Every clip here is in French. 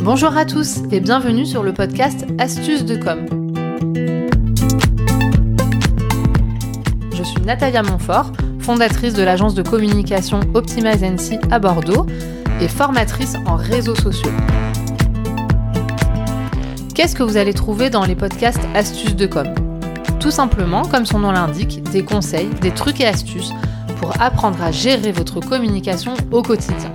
Bonjour à tous et bienvenue sur le podcast Astuces de com. Je suis Natalia Montfort, fondatrice de l'agence de communication Optimize NC à Bordeaux et formatrice en réseaux sociaux. Qu'est-ce que vous allez trouver dans les podcasts Astuces de com ? Tout simplement, comme son nom l'indique, des conseils, des trucs et astuces pour apprendre à gérer votre communication au quotidien.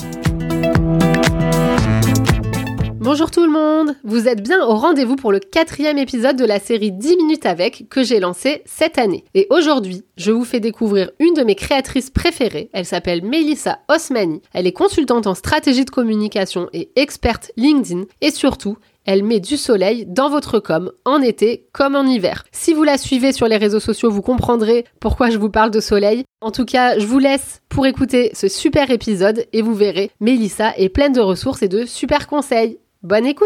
Bonjour tout le monde, vous êtes bien au rendez-vous pour le 4e épisode de la série 10 minutes avec que j'ai lancé cette année. Et aujourd'hui, je vous fais découvrir une de mes créatrices préférées, elle s'appelle Mélissa Osmani, elle est consultante en stratégie de communication et experte LinkedIn et surtout, elle met du soleil dans votre com, en été comme en hiver. Si vous la suivez sur les réseaux sociaux, vous comprendrez pourquoi je vous parle de soleil. En tout cas, je vous laisse pour écouter ce super épisode et vous verrez, Mélissa est pleine de ressources et de super conseils. Bonne écoute!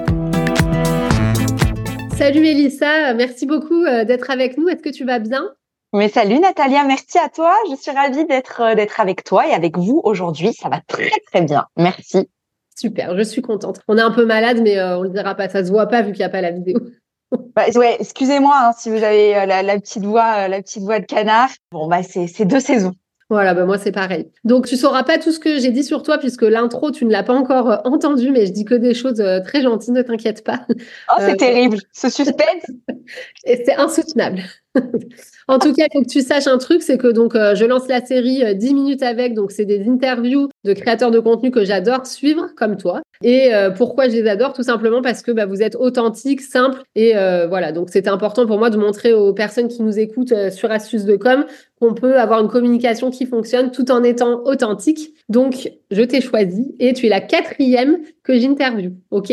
Salut Mélissa, merci beaucoup d'être avec nous. Est-ce que tu vas bien? Mais salut Natalia, merci à toi. Je suis ravie d'être avec toi et avec vous aujourd'hui. Ça va très très bien. Merci. Super, je suis contente. On est un peu malade, mais on le dira pas, ça se voit pas vu qu'il n'y a pas la vidéo. Ouais, excusez-moi si vous avez la petite voix de canard. Bon c'est 2 saisons. Voilà, moi c'est pareil. Donc tu sauras pas tout ce que j'ai dit sur toi puisque l'intro tu ne l'as pas encore entendu, mais je dis que des choses très gentilles, ne t'inquiète pas. Oh c'est terrible, ce suspense. Et c'est insoutenable. En tout cas, il faut que tu saches un truc, c'est que donc je lance la série 10 minutes avec, donc c'est des interviews de créateurs de contenu que j'adore suivre, comme toi. Et pourquoi je les adore? Tout simplement parce que vous êtes authentiques, simples, et voilà. Donc c'était important pour moi de montrer aux personnes qui nous écoutent sur Astuces de com qu'on peut avoir une communication qui fonctionne tout en étant authentique. Donc je t'ai choisi et tu es la 4e que j'interviewe, ok?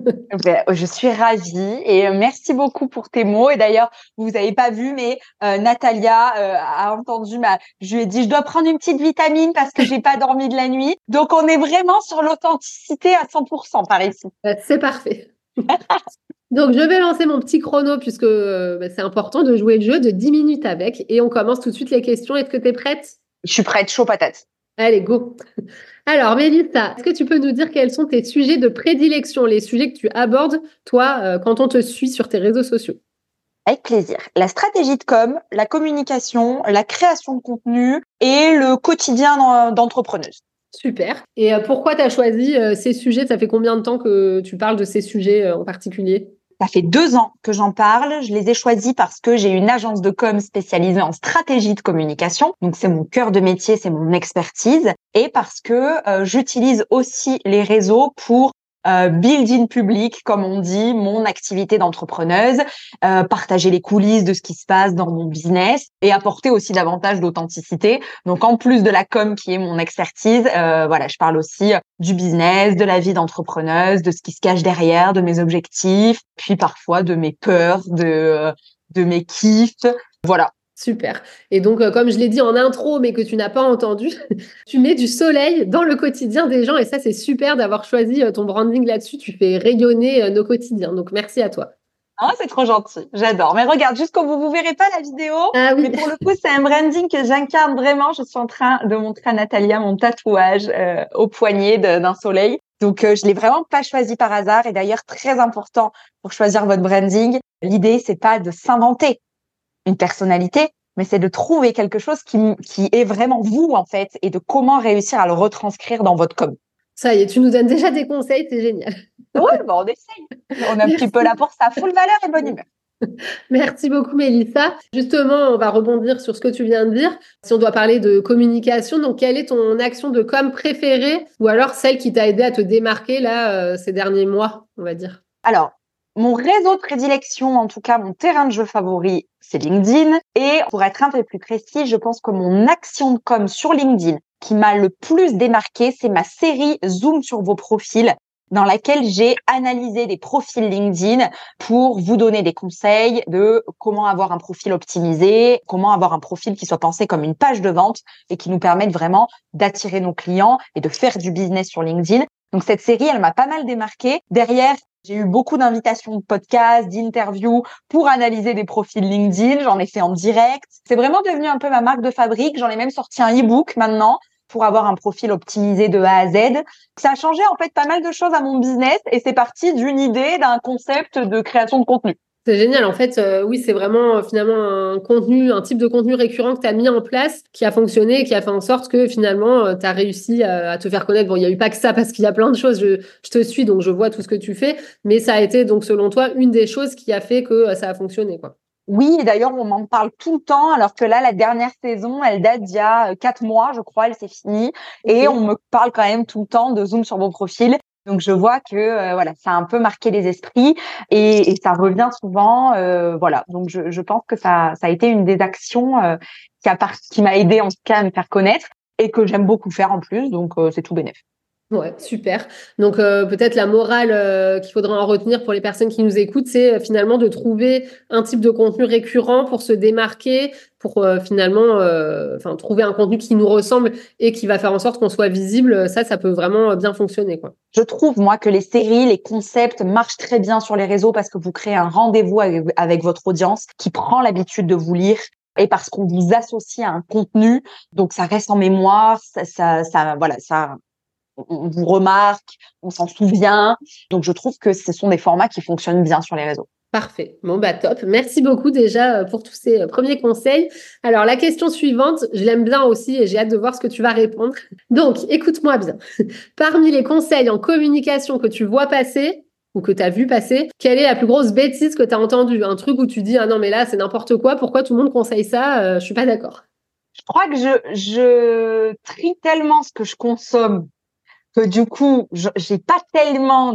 Je suis ravie et merci beaucoup pour tes mots. Et d'ailleurs, vous n'avez pas vu, mais Natalia a entendu je lui ai dit, je dois prendre une petite vitamine parce que j'ai pas dormi de la nuit. Donc, on est vraiment sur l'authenticité à 100% par ici. C'est parfait. Donc, je vais lancer mon petit chrono puisque c'est important de jouer le jeu de 10 minutes avec. Et on commence tout de suite les questions. Est-ce que tu es prête? Je suis prête, chaud patate. Allez, go. Alors, Mélissa, est-ce que tu peux nous dire quels sont tes sujets de prédilection, les sujets que tu abordes, toi, quand on te suit sur tes réseaux sociaux? Avec plaisir. La stratégie de com, la communication, la création de contenu et le quotidien d'entrepreneuse. Super. Et pourquoi tu as choisi ces sujets? Ça fait combien de temps que tu parles de ces sujets en particulier? Ça fait 2 ans que j'en parle. Je les ai choisis parce que j'ai une agence de com spécialisée en stratégie de communication. Donc, c'est mon cœur de métier, c'est mon expertise. Et parce que j'utilise aussi les réseaux pour build in public, comme on dit, mon activité d'entrepreneuse, partager les coulisses de ce qui se passe dans mon business et apporter aussi davantage d'authenticité. Donc, en plus de la com qui est mon expertise, je parle aussi du business, de la vie d'entrepreneuse, de ce qui se cache derrière, de mes objectifs, puis parfois de mes peurs, de mes kiffs. Voilà. Super. Et donc, comme je l'ai dit en intro, mais que tu n'as pas entendu, tu mets du soleil dans le quotidien des gens. Et ça, c'est super d'avoir choisi ton branding là-dessus. Tu fais rayonner nos quotidiens. Donc, merci à toi. Ah, c'est trop gentil. J'adore. Mais regarde, jusqu'au bout, vous verrez pas la vidéo. Ah oui. Mais pour le coup, c'est un branding que j'incarne vraiment. Je suis en train de montrer à Natalia mon tatouage au poignet d'un soleil. Donc, je l'ai vraiment pas choisi par hasard. Et d'ailleurs, très important pour choisir votre branding. L'idée, c'est pas de s'inventer une personnalité, mais c'est de trouver quelque chose qui est vraiment vous, en fait, et de comment réussir à le retranscrire dans votre com. Ça y est, tu nous donnes déjà des conseils, c'est génial. Ouais, on essaye. On est un petit peu là pour ça. Full valeur et bonne humeur. Merci beaucoup, Mélissa. Justement, on va rebondir sur ce que tu viens de dire. Si on doit parler de communication, donc quelle est ton action de com préférée ou alors celle qui t'a aidé à te démarquer là ces derniers mois, on va dire? Alors, mon réseau de prédilection, en tout cas mon terrain de jeu favori, c'est LinkedIn. Et pour être un peu plus précis, je pense que mon action de com sur LinkedIn qui m'a le plus démarqué, c'est ma série Zoom sur vos profils, dans laquelle j'ai analysé des profils LinkedIn pour vous donner des conseils de comment avoir un profil optimisé, comment avoir un profil qui soit pensé comme une page de vente et qui nous permette vraiment d'attirer nos clients et de faire du business sur LinkedIn. Donc cette série, elle m'a pas mal démarqué. Derrière, j'ai eu beaucoup d'invitations de podcasts, d'interviews pour analyser des profils LinkedIn. J'en ai fait en direct. C'est vraiment devenu un peu ma marque de fabrique. J'en ai même sorti un e-book maintenant pour avoir un profil optimisé de A à Z. Ça a changé en fait pas mal de choses à mon business et c'est parti d'une idée, d'un concept de création de contenu. C'est génial. En fait, oui, c'est vraiment finalement un type de contenu récurrent que tu as mis en place, qui a fonctionné et qui a fait en sorte que finalement, tu as réussi à te faire connaître. Bon, il n'y a eu pas que ça parce qu'il y a plein de choses. Je te suis, donc je vois tout ce que tu fais. Mais ça a été donc, selon toi, une des choses qui a fait que ça a fonctionné, quoi. Oui, et d'ailleurs, on m'en parle tout le temps, alors que là, la dernière saison, elle date d'il y a 4 mois, je crois, elle s'est finie. Et on me parle quand même tout le temps de Zoom sur mon profil. Donc, je vois que voilà, ça a un peu marqué les esprits et ça revient souvent. Voilà, donc je pense que ça a été une des actions qui m'a aidé en tout cas à me faire connaître et que j'aime beaucoup faire en plus. Donc, c'est tout bénef. Ouais, super. Donc peut-être la morale qu'il faudra en retenir pour les personnes qui nous écoutent, c'est finalement de trouver un type de contenu récurrent pour se démarquer, pour finalement trouver un contenu qui nous ressemble et qui va faire en sorte qu'on soit visible. Ça peut vraiment bien fonctionner, quoi. Je trouve, moi, que les séries, les concepts marchent très bien sur les réseaux parce que vous créez un rendez-vous avec votre audience qui prend l'habitude de vous lire et parce qu'on vous associe à un contenu. Donc, ça reste en mémoire, voilà, on vous remarque, on s'en souvient. Donc, je trouve que ce sont des formats qui fonctionnent bien sur les réseaux. Parfait. Bon, bah top. Merci beaucoup déjà pour tous ces premiers conseils. Alors, la question suivante, je l'aime bien aussi et j'ai hâte de voir ce que tu vas répondre. Donc, écoute-moi bien. Parmi les conseils en communication que tu vois passer ou que tu as vu passer, quelle est la plus grosse bêtise que tu as entendue? Un truc où tu dis, ah non, mais là, c'est n'importe quoi. Pourquoi tout le monde conseille ça? Je suis pas d'accord. Je crois que je trie tellement ce que je consomme que du coup, j'ai pas tellement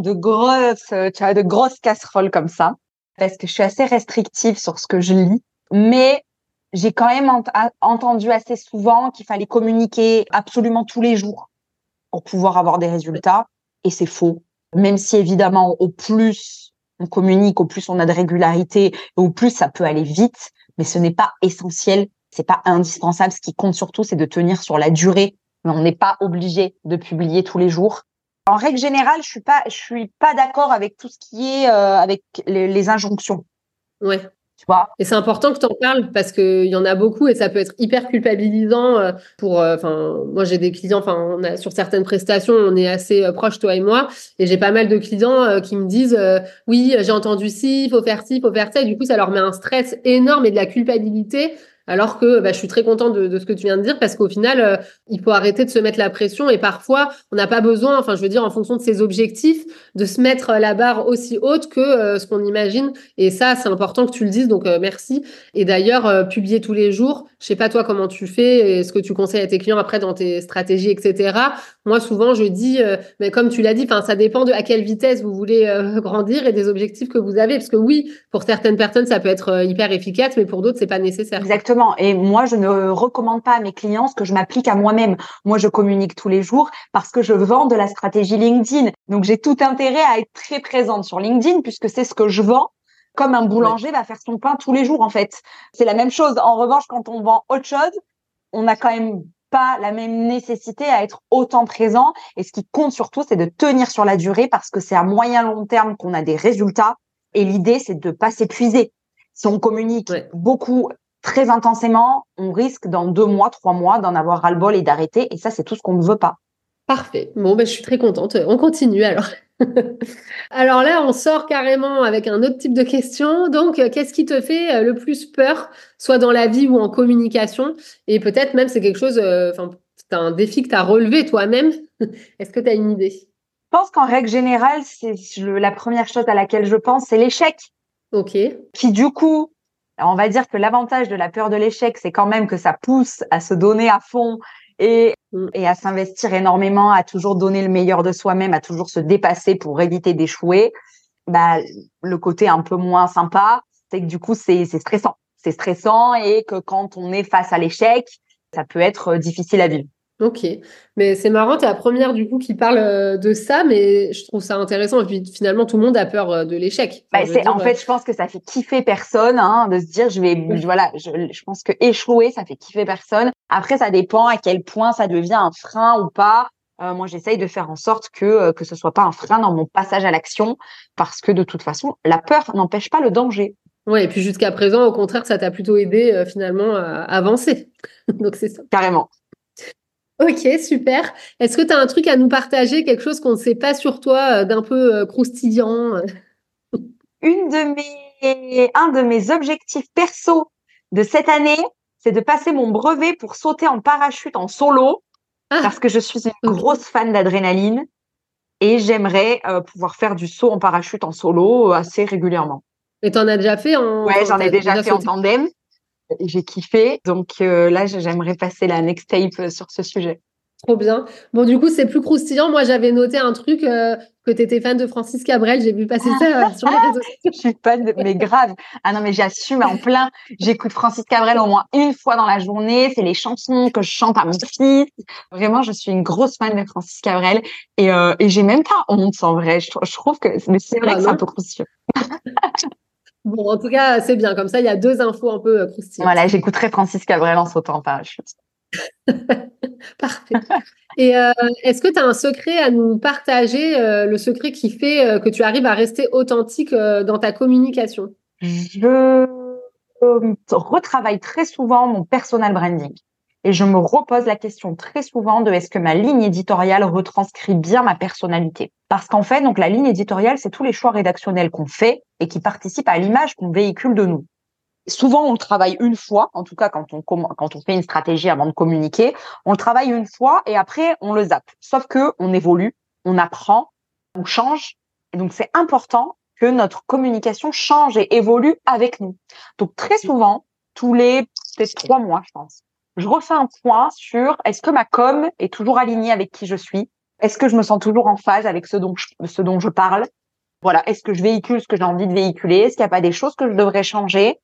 de grosses casseroles comme ça, parce que je suis assez restrictive sur ce que je lis. Mais j'ai quand même entendu assez souvent qu'il fallait communiquer absolument tous les jours pour pouvoir avoir des résultats. Et c'est faux. Même si évidemment, au plus on communique, au plus on a de régularité, et au plus ça peut aller vite, mais ce n'est pas essentiel, c'est pas indispensable. Ce qui compte surtout, c'est de tenir sur la durée. Mais on n'est pas obligé de publier tous les jours. En règle générale, je suis pas d'accord avec tout ce qui est avec les injonctions. Ouais. Tu vois. Et c'est important que tu en parles parce qu'il y en a beaucoup et ça peut être hyper culpabilisant pour. Moi, j'ai des clients, sur certaines prestations, on est assez proches, toi et moi, et j'ai pas mal de clients qui me disent oui, j'ai entendu il faut faire ci, il faut faire ça, et du coup, ça leur met un stress énorme et de la culpabilité. Alors que je suis très contente de ce que tu viens de dire parce qu'au final, il faut arrêter de se mettre la pression et parfois, on n'a pas besoin, je veux dire, en fonction de ses objectifs, de se mettre la barre aussi haute que ce qu'on imagine. Et ça, c'est important que tu le dises, donc merci. Et d'ailleurs, publier tous les jours, je sais pas toi comment tu fais et ce que tu conseilles à tes clients après dans tes stratégies, etc. Moi, souvent, je dis, mais comme tu l'as dit, ça dépend de à quelle vitesse vous voulez grandir et des objectifs que vous avez. Parce que oui, pour certaines personnes, ça peut être hyper efficace, mais pour d'autres, c'est pas nécessaire. Exactement. Et moi, je ne recommande pas à mes clients ce que je m'applique à moi-même. Moi, je communique tous les jours parce que je vends de la stratégie LinkedIn. Donc, j'ai tout intérêt à être très présente sur LinkedIn puisque c'est ce que je vends. Comme un boulanger va faire son pain tous les jours, en fait. C'est la même chose. En revanche, quand on vend autre chose, on n'a quand même pas la même nécessité à être autant présent. Et ce qui compte surtout, c'est de tenir sur la durée parce que c'est à moyen long terme qu'on a des résultats. Et l'idée, c'est de pas s'épuiser. Si on communique beaucoup, très intensément, on risque dans 2 mois, 3 mois d'en avoir ras-le-bol et d'arrêter. Et ça, c'est tout ce qu'on ne veut pas. Parfait. Bon, je suis très contente. On continue alors. Alors là, on sort carrément avec un autre type de question. Donc, qu'est-ce qui te fait le plus peur, soit dans la vie ou en communication? Et peut-être même c'est quelque chose, c'est un défi que tu as relevé toi-même. Est-ce que tu as une idée? Je pense qu'en règle générale, la première chose à laquelle je pense, c'est l'échec. Ok. Qui du coup, on va dire que l'avantage de la peur de l'échec, c'est quand même que ça pousse à se donner à fond et à s'investir énormément, à toujours donner le meilleur de soi-même, à toujours se dépasser pour éviter d'échouer. Le côté un peu moins sympa, c'est que du coup, c'est stressant. C'est stressant et que quand on est face à l'échec, ça peut être difficile à vivre. Ok, mais c'est marrant, t'es la première du coup qui parle de ça, mais je trouve ça intéressant. Et puis finalement, tout le monde a peur de l'échec. En fait, je pense que ça fait kiffer personne de se dire, je pense que échouer, ça fait kiffer personne. Après, ça dépend à quel point ça devient un frein ou pas. Moi, j'essaye de faire en sorte que ce soit pas un frein dans mon passage à l'action, parce que de toute façon, la peur n'empêche pas le danger. Ouais, et puis jusqu'à présent, au contraire, ça t'a plutôt aidé finalement à avancer. Donc c'est ça. Carrément. Ok, super. Est-ce que tu as un truc à nous partager, quelque chose qu'on ne sait pas sur toi, d'un peu croustillant? Un de mes objectifs perso de cette année, c'est de passer mon brevet pour sauter en parachute en solo, parce Ah, que je suis une ok. grosse fan d'adrénaline et j'aimerais pouvoir faire du saut en parachute en solo assez régulièrement. Et t'en as déjà fait Ouais, enfin, j'en ai t'as déjà déjà fait en sauté? tandem et j'ai kiffé. Donc là, j'aimerais passer la next tape sur ce sujet. Trop bien. Bon, du coup, c'est plus croustillant. Moi, j'avais noté un truc que tu étais fan de Francis Cabrel. J'ai vu passer ça sur les réseaux sociaux. Je suis fan mais grave. Ah non, mais j'assume en plein. J'écoute Francis Cabrel au moins une fois dans la journée. C'est les chansons que je chante à mon fils. Vraiment, je suis une grosse fan de Francis Cabrel et j'ai même pas honte en vrai. Je trouve que, mais c'est vrai Bah que c'est un non. peu croustillant. Bon, en tout cas, c'est bien. Comme ça, il y a deux infos un peu croustillantes. Voilà, j'écouterai Francis Cabrel en sautant en parachute. Parfait. Et est-ce que tu as un secret à nous partager, le secret qui fait que tu arrives à rester authentique dans ta communication? Je retravaille très souvent mon personal branding et je me repose la question très souvent de est-ce que ma ligne éditoriale retranscrit bien ma personnalité? Parce qu'en fait, donc la ligne éditoriale, c'est tous les choix rédactionnels qu'on fait et qui participent à l'image qu'on véhicule de nous. Souvent, on le travaille une fois, en tout cas quand on fait une stratégie avant de communiquer, on le travaille une fois et après on le zappe. Sauf que on évolue, on apprend, on change. Et donc c'est important que notre communication change et évolue avec nous. Donc très souvent, tous les peut-être 3 mois, je pense, je refais un point sur est-ce que ma com est toujours alignée avec qui je suis? Est-ce que je me sens toujours en phase avec ce dont je parle? Voilà, est-ce que je véhicule ce que j'ai envie de véhiculer? Est-ce qu'il n'y a pas des choses que je devrais changer?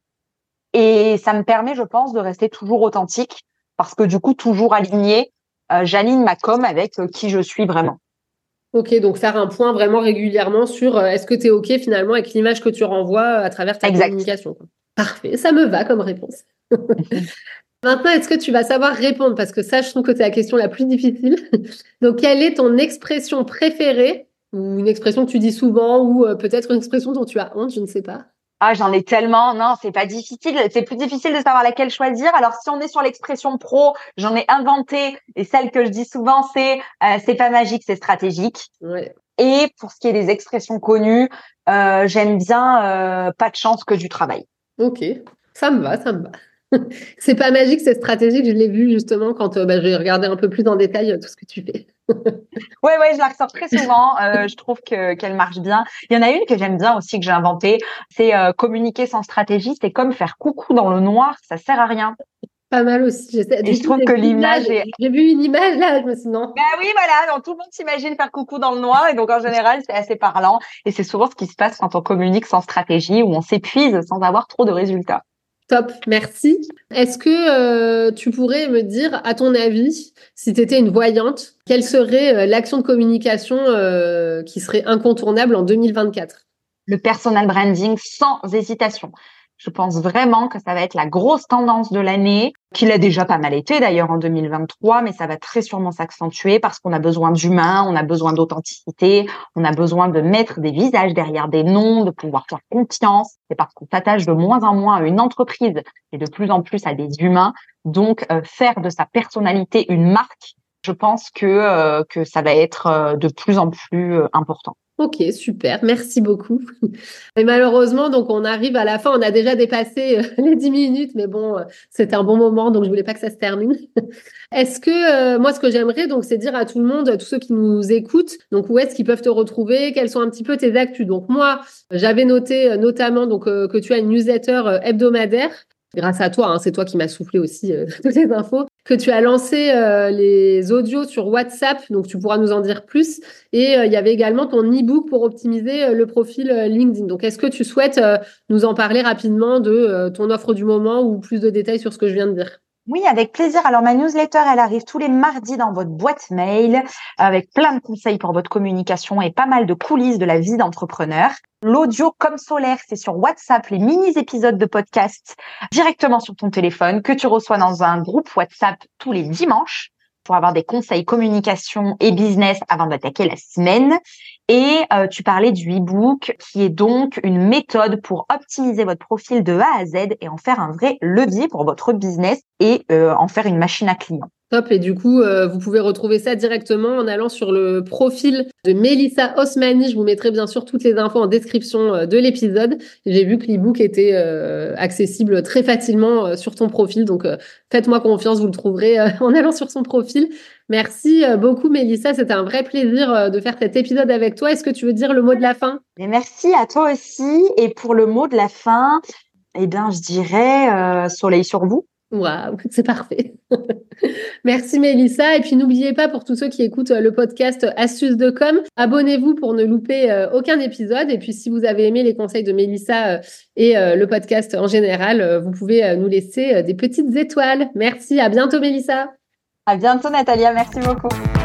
Et ça me permet, je pense, de rester toujours authentique parce que du coup, toujours aligné, j'aligne ma com avec qui je suis vraiment. Ok, donc faire un point vraiment régulièrement sur est-ce que tu es ok finalement avec l'image que tu renvoies à travers ta Exact. communication, quoi. Parfait, ça me va comme réponse. Maintenant, est-ce que tu vas savoir répondre? Parce que ça, je trouve que c'est la question la plus difficile. Donc, quelle est ton expression préférée? Ou une expression que tu dis souvent, ou peut-être une expression dont tu as honte, je ne sais pas. Ah, j'en ai tellement. Non, c'est pas difficile. C'est plus difficile de savoir laquelle choisir. Alors, si on est sur l'expression pro, j'en ai inventé et celle que je dis souvent, c'est pas magique, c'est stratégique. Ouais, Et pour ce qui est des expressions connues, j'aime bien pas de chance que du travail. ok, ça me va, ça me va. C'est pas magique, c'est stratégique. Je l'ai vu justement quand j'ai regardé un peu plus en détail tout ce que tu fais. Ouais, ouais, je la ressors très souvent. Je trouve qu'elle marche bien. Il y en a une que j'aime bien aussi que j'ai inventée. C'est communiquer sans stratégie. C'est comme faire coucou dans le noir. Ça sert à rien. Pas mal aussi. Et Du je coup, trouve que l'image est. j'ai vu une image là, je me suis dit non. Ben oui, voilà. Donc, tout le monde s'imagine faire coucou dans le noir. Et donc, en général, c'est assez parlant. Et c'est souvent ce qui se passe quand on communique sans stratégie, où on s'épuise sans avoir trop de résultats. Top, merci. Est-ce que tu pourrais me dire, à ton avis, si tu étais une voyante, quelle serait l'action de communication qui serait incontournable en 2024? Le personal branding sans hésitation. Je pense vraiment que ça va être la grosse tendance de l'année, qu'il a déjà pas mal été d'ailleurs en 2023, mais ça va très sûrement s'accentuer parce qu'on a besoin d'humains, on a besoin d'authenticité, on a besoin de mettre des visages derrière des noms, de pouvoir faire confiance. C'est parce qu'on s'attache de moins en moins à une entreprise et de plus en plus à des humains. Donc, faire de sa personnalité une marque, je pense que ça va être de plus en plus important. Ok, super, merci beaucoup. Et malheureusement, donc on arrive à la fin, on a déjà dépassé les 10 minutes, mais bon, c'était un bon moment, donc je voulais pas que ça se termine. Est-ce que moi, ce que j'aimerais, donc, c'est dire à tout le monde, tous ceux qui nous écoutent, donc où est-ce qu'ils peuvent te retrouver, quelles sont un petit peu tes actus. Donc moi, j'avais noté notamment donc que tu as une newsletter hebdomadaire. Grâce à toi, hein, c'est toi qui m'as soufflé aussi toutes les infos, que tu as lancé les audios sur WhatsApp, donc tu pourras nous en dire plus. Et il y avait également ton e-book pour optimiser le profil LinkedIn. Donc, est-ce que tu souhaites nous en parler rapidement de ton offre du moment ou plus de détails sur ce que je viens de dire? Oui, avec plaisir. Alors, ma newsletter, elle arrive tous les mardis dans votre boîte mail avec plein de conseils pour votre communication et pas mal de coulisses de la vie d'entrepreneur. L'audio comme solaire, c'est sur WhatsApp, les mini-épisodes de podcast directement sur ton téléphone que tu reçois dans un groupe WhatsApp tous les dimanches pour avoir des conseils communication et business avant d'attaquer la semaine. Et tu parlais du e-book qui est donc une méthode pour optimiser votre profil de A à Z et en faire un vrai levier pour votre business et en faire une machine à clients. Top, et du coup, vous pouvez retrouver ça directement en allant sur le profil de Mélissa Osmani. Je vous mettrai bien sûr toutes les infos en description de l'épisode. J'ai vu que l'e-book était accessible très facilement sur ton profil, donc faites-moi confiance, vous le trouverez en allant sur son profil. Merci beaucoup Mélissa, c'était un vrai plaisir de faire cet épisode avec toi. Est-ce que tu veux dire le mot de la fin? Et merci à toi aussi. Et pour le mot de la fin, eh bien, je dirais soleil sur vous. Waouh, c'est parfait. Merci Mélissa. Et puis n'oubliez pas, pour tous ceux qui écoutent le podcast Astuces de com, abonnez-vous pour ne louper aucun épisode. Et puis si vous avez aimé les conseils de Mélissa et le podcast en général, vous pouvez nous laisser des petites étoiles. Merci, à bientôt Mélissa. À bientôt, Natalia. Merci beaucoup.